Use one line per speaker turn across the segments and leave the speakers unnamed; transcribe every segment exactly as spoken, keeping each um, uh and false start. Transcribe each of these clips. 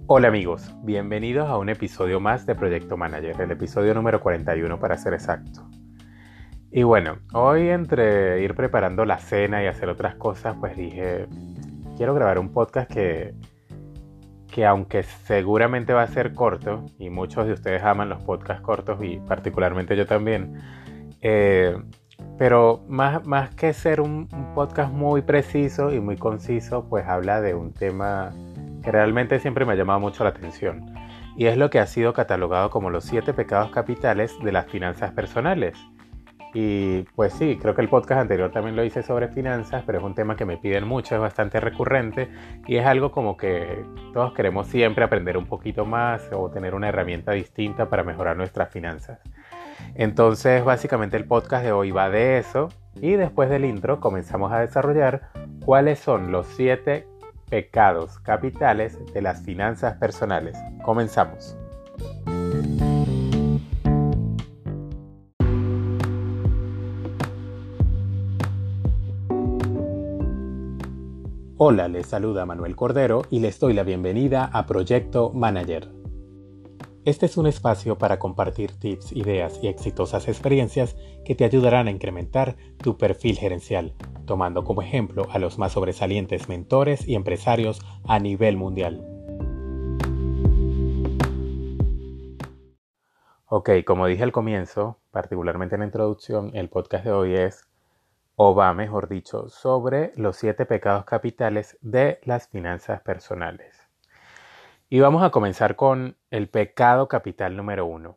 Hola amigos, bienvenidos a un episodio más de Proyecto Manager, el episodio número cuarenta y uno para ser exacto. Y bueno, hoy entre ir preparando la cena y hacer otras cosas, pues dije, quiero grabar un podcast que, que aunque seguramente va a ser corto, y muchos de ustedes aman los podcasts cortos y particularmente yo también, eh, pero más, más que ser un, un podcast muy preciso y muy conciso, pues habla de un tema que realmente siempre me ha llamado mucho la atención. Y es lo que ha sido catalogado como los siete pecados capitales de las finanzas personales. Y pues sí, creo que el podcast anterior también lo hice sobre finanzas, pero es un tema que me piden mucho, es bastante recurrente y es algo como que todos queremos siempre aprender un poquito más o tener una herramienta distinta para mejorar nuestras finanzas. Entonces, básicamente el podcast de hoy va de eso y después del intro comenzamos a desarrollar cuáles son los siete pecados capitales de las finanzas personales. Comenzamos. Hola, les saluda Manuel Cordero y les doy la bienvenida a Proyecto Manager. Este es un espacio para compartir tips, ideas y exitosas experiencias que te ayudarán a incrementar tu perfil gerencial, tomando como ejemplo a los más sobresalientes mentores y empresarios a nivel mundial. Ok, como dije al comienzo, particularmente en la introducción, el podcast de hoy es, o va mejor dicho, sobre los siete pecados capitales de las finanzas personales. Y vamos a comenzar con el pecado capital número uno.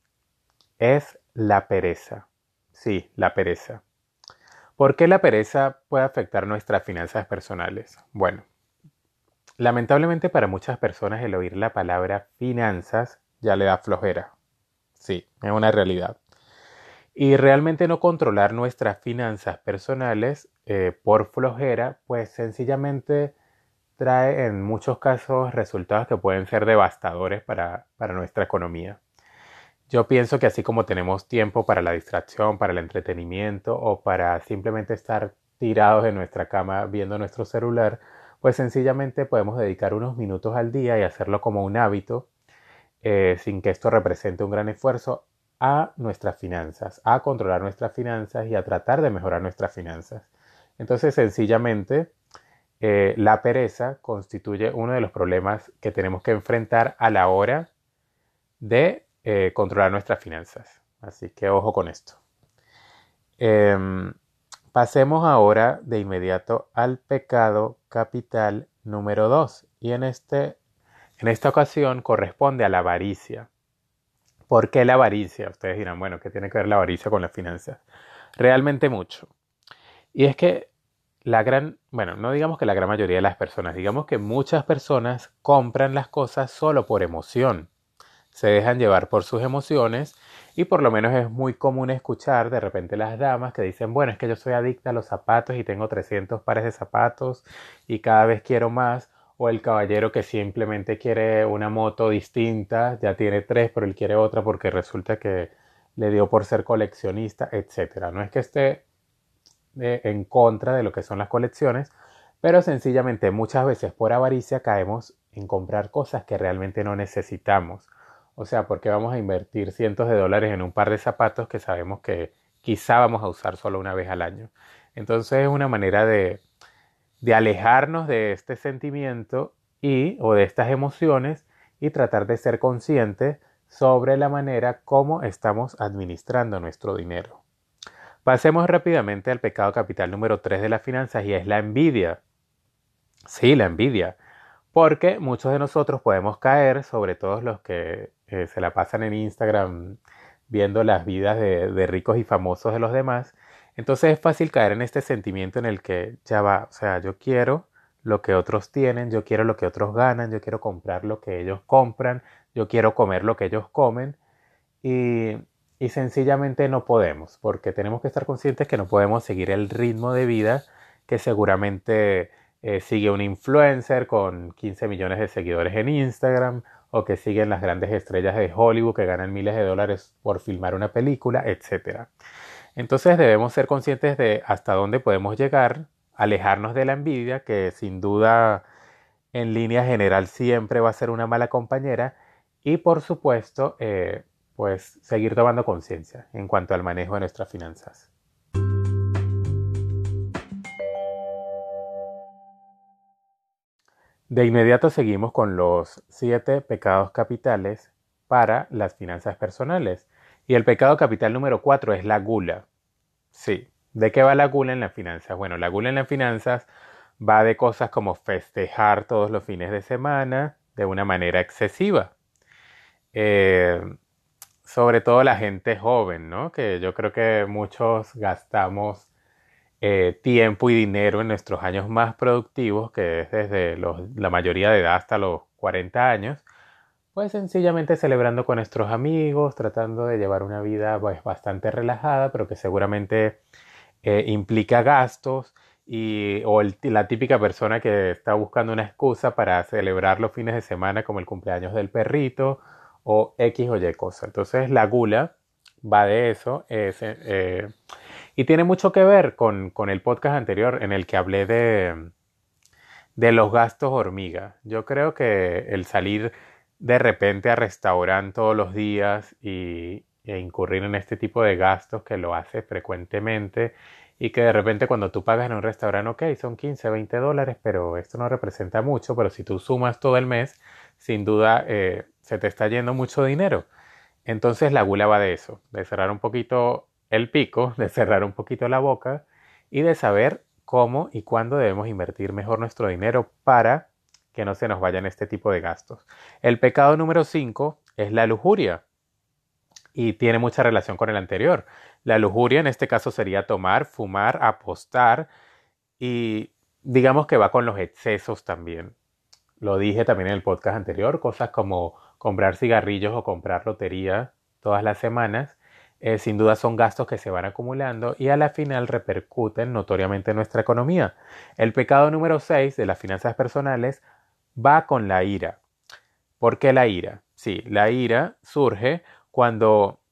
Es la pereza. Sí, la pereza. ¿Por qué la pereza puede afectar nuestras finanzas personales? Bueno, lamentablemente para muchas personas el oír la palabra finanzas ya le da flojera. Sí, es una realidad. Y realmente no controlar nuestras finanzas personales eh, por flojera, pues sencillamente trae en muchos casos resultados que pueden ser devastadores para, para nuestra economía. Yo pienso que así como tenemos tiempo para la distracción, para el entretenimiento o para simplemente estar tirados en nuestra cama viendo nuestro celular, pues sencillamente podemos dedicar unos minutos al día y hacerlo como un hábito, eh, sin que esto represente un gran esfuerzo, a nuestras finanzas, a controlar nuestras finanzas y a tratar de mejorar nuestras finanzas. Entonces, sencillamente, eh, la pereza constituye uno de los problemas que tenemos que enfrentar a la hora de eh, controlar nuestras finanzas. Así que ojo con esto. Eh, pasemos ahora de inmediato al pecado capital número dos. Y en, este, en esta ocasión corresponde a la avaricia. ¿Por qué la avaricia? Ustedes dirán, bueno, ¿qué tiene que ver la avaricia con las finanzas? Realmente mucho. Y es que la gran, bueno, no digamos que la gran mayoría de las personas, digamos que muchas personas compran las cosas solo por emoción. Se dejan llevar por sus emociones y por lo menos es muy común escuchar de repente las damas que dicen, bueno, es que yo soy adicta a los zapatos y tengo trescientos pares de zapatos y cada vez quiero más. O el caballero que simplemente quiere una moto distinta, ya tiene tres, pero él quiere otra porque resulta que le dio por ser coleccionista, etcétera. No es que esté eh, en contra de lo que son las colecciones, pero sencillamente muchas veces por avaricia caemos en comprar cosas que realmente no necesitamos. O sea, porque vamos a invertir cientos de dólares en un par de zapatos que sabemos que quizá vamos a usar solo una vez al año. Entonces es una manera de de alejarnos de este sentimiento y o de estas emociones y tratar de ser conscientes sobre la manera como estamos administrando nuestro dinero. Pasemos rápidamente al pecado capital número tres de las finanzas y es la envidia. Sí, la envidia. Porque muchos de nosotros podemos caer, sobre todo los que eh, se la pasan en Instagram viendo las vidas de, de ricos y famosos de los demás. Entonces es fácil caer en este sentimiento en el que ya va, o sea, yo quiero lo que otros tienen, yo quiero lo que otros ganan, yo quiero comprar lo que ellos compran, yo quiero comer lo que ellos comen y, y sencillamente no podemos, porque tenemos que estar conscientes que no podemos seguir el ritmo de vida que seguramente eh, sigue un influencer con quince millones de seguidores en Instagram o que siguen las grandes estrellas de Hollywood que ganan miles de dólares por filmar una película, etcétera. Entonces debemos ser conscientes de hasta dónde podemos llegar, alejarnos de la envidia, que sin duda en línea general siempre va a ser una mala compañera y por supuesto, eh, pues seguir tomando conciencia en cuanto al manejo de nuestras finanzas. De inmediato seguimos con los siete pecados capitales para las finanzas personales. Y el pecado capital número cuatro es la gula. Sí, ¿de qué va la gula en las finanzas? Bueno, la gula en las finanzas va de cosas como festejar todos los fines de semana de una manera excesiva. Eh, Sobre todo la gente joven, ¿no? Que yo creo que muchos gastamos eh, tiempo y dinero en nuestros años más productivos, que es desde los- la mayoría de edad hasta los cuarenta años, pues sencillamente celebrando con nuestros amigos, tratando de llevar una vida pues, bastante relajada, pero que seguramente eh, implica gastos y, o el- la típica persona que está buscando una excusa para celebrar los fines de semana como el cumpleaños del perrito o X o Y cosa. Entonces la gula va de eso es, eh, eh, y tiene mucho que ver con, con el podcast anterior en el que hablé de, de los gastos hormiga. Yo creo que el salir de repente a restaurante todos los días y, e incurrir en este tipo de gastos que lo hace frecuentemente y que de repente cuando tú pagas en un restaurante, ok, son quince, veinte dólares, pero esto no representa mucho, pero si tú sumas todo el mes, sin duda eh, se te está yendo mucho dinero. Entonces la gula va de eso, de cerrar un poquito el pico, de cerrar un poquito la boca y de saber cómo y cuándo debemos invertir mejor nuestro dinero para que no se nos vayan este tipo de gastos. El pecado número cinco es la lujuria y tiene mucha relación con el anterior. La lujuria en este caso sería tomar, fumar, apostar y digamos que va con los excesos también. Lo dije también en el podcast anterior, cosas como comprar cigarrillos o comprar lotería todas las semanas, eh, sin duda son gastos que se van acumulando y a la final repercuten notoriamente en nuestra economía. El pecado número seis de las finanzas personales va con la ira. ¿Por qué la ira? Sí, la ira surge cuando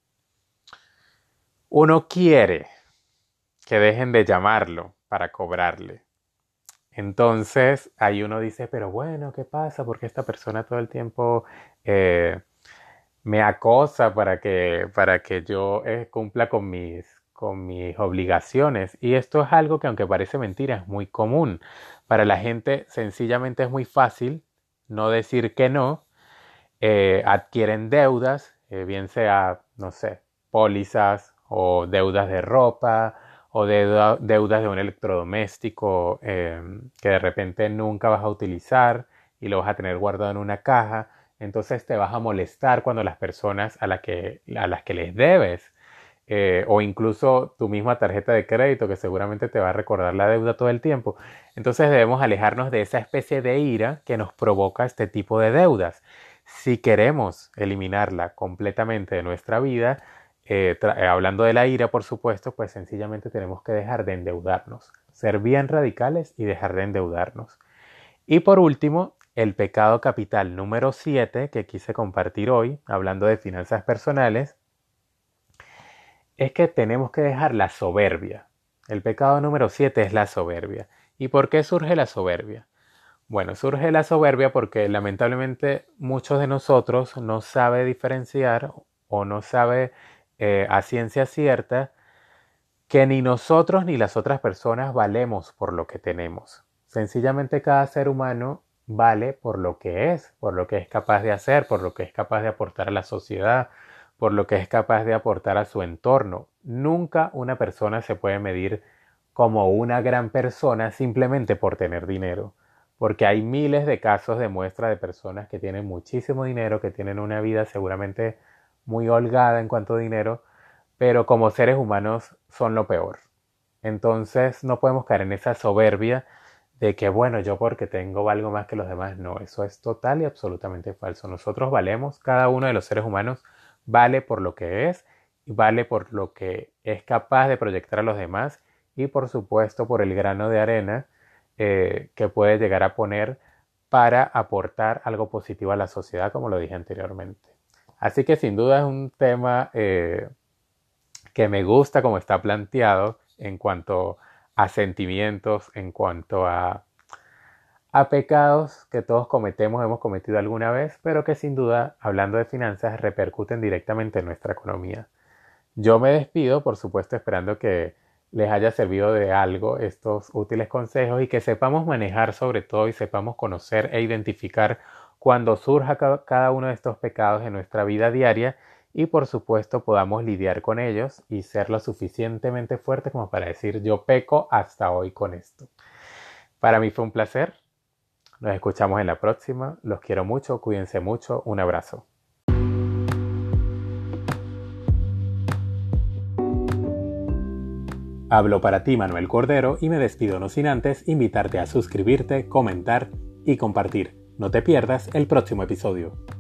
uno quiere que dejen de llamarlo para cobrarle. Entonces, ahí uno dice, pero bueno, ¿qué pasa? Porque esta persona todo el tiempo eh, me acosa para que, para que yo eh, cumpla con mis, con mis obligaciones. Y esto es algo que, aunque parece mentira, es muy común. Para la gente, sencillamente es muy fácil no decir que no. Eh, adquieren deudas, eh, bien sea, no sé, pólizas o deudas de ropa o deuda- deudas de un electrodoméstico eh, que de repente nunca vas a utilizar y lo vas a tener guardado en una caja. Entonces te vas a molestar cuando las personas a, la que, a las que les debes eh, o incluso tu misma tarjeta de crédito que seguramente te va a recordar la deuda todo el tiempo. Entonces debemos alejarnos de esa especie de ira que nos provoca este tipo de deudas. Si queremos eliminarla completamente de nuestra vida, eh, eh, hablando de la ira, por supuesto, pues sencillamente tenemos que dejar de endeudarnos, ser bien radicales y dejar de endeudarnos. Y por último, el pecado capital número siete que quise compartir hoy, hablando de finanzas personales, es que tenemos que dejar la soberbia. El pecado número siete es la soberbia. ¿Y por qué surge la soberbia? Bueno, surge la soberbia porque lamentablemente muchos de nosotros no sabe diferenciar o no sabe eh, a ciencia cierta que ni nosotros ni las otras personas valemos por lo que tenemos. Sencillamente cada ser humano vale por lo que es, por lo que es capaz de hacer, por lo que es capaz de aportar a la sociedad, por lo que es capaz de aportar a su entorno. Nunca una persona se puede medir como una gran persona simplemente por tener dinero, porque hay miles de casos de muestra de personas que tienen muchísimo dinero, que tienen una vida seguramente muy holgada en cuanto a dinero, pero como seres humanos son lo peor. Entonces no podemos caer en esa soberbia de que, bueno, yo porque tengo algo más que los demás. No, eso es total y absolutamente falso. Nosotros valemos, cada uno de los seres humanos vale por lo que es y vale por lo que es capaz de proyectar a los demás y por supuesto por el grano de arena eh, que puede llegar a poner para aportar algo positivo a la sociedad, como lo dije anteriormente. Así que sin duda es un tema eh, que me gusta como está planteado en cuanto a sentimientos, en cuanto a, a pecados que todos cometemos, hemos cometido alguna vez, pero que sin duda, hablando de finanzas, repercuten directamente en nuestra economía. Yo me despido, por supuesto, esperando que les haya servido de algo estos útiles consejos y que sepamos manejar sobre todo y sepamos conocer e identificar cuando surja cada uno de estos pecados en nuestra vida diaria y por supuesto podamos lidiar con ellos y ser lo suficientemente fuerte como para decir yo peco hasta hoy con esto. Para mí fue un placer. Nos escuchamos en la próxima. Los quiero mucho, cuídense mucho. Un abrazo. Hablo para ti, Manuel Cordero, y me despido no sin antes invitarte a suscribirte, comentar y compartir. No te pierdas el próximo episodio.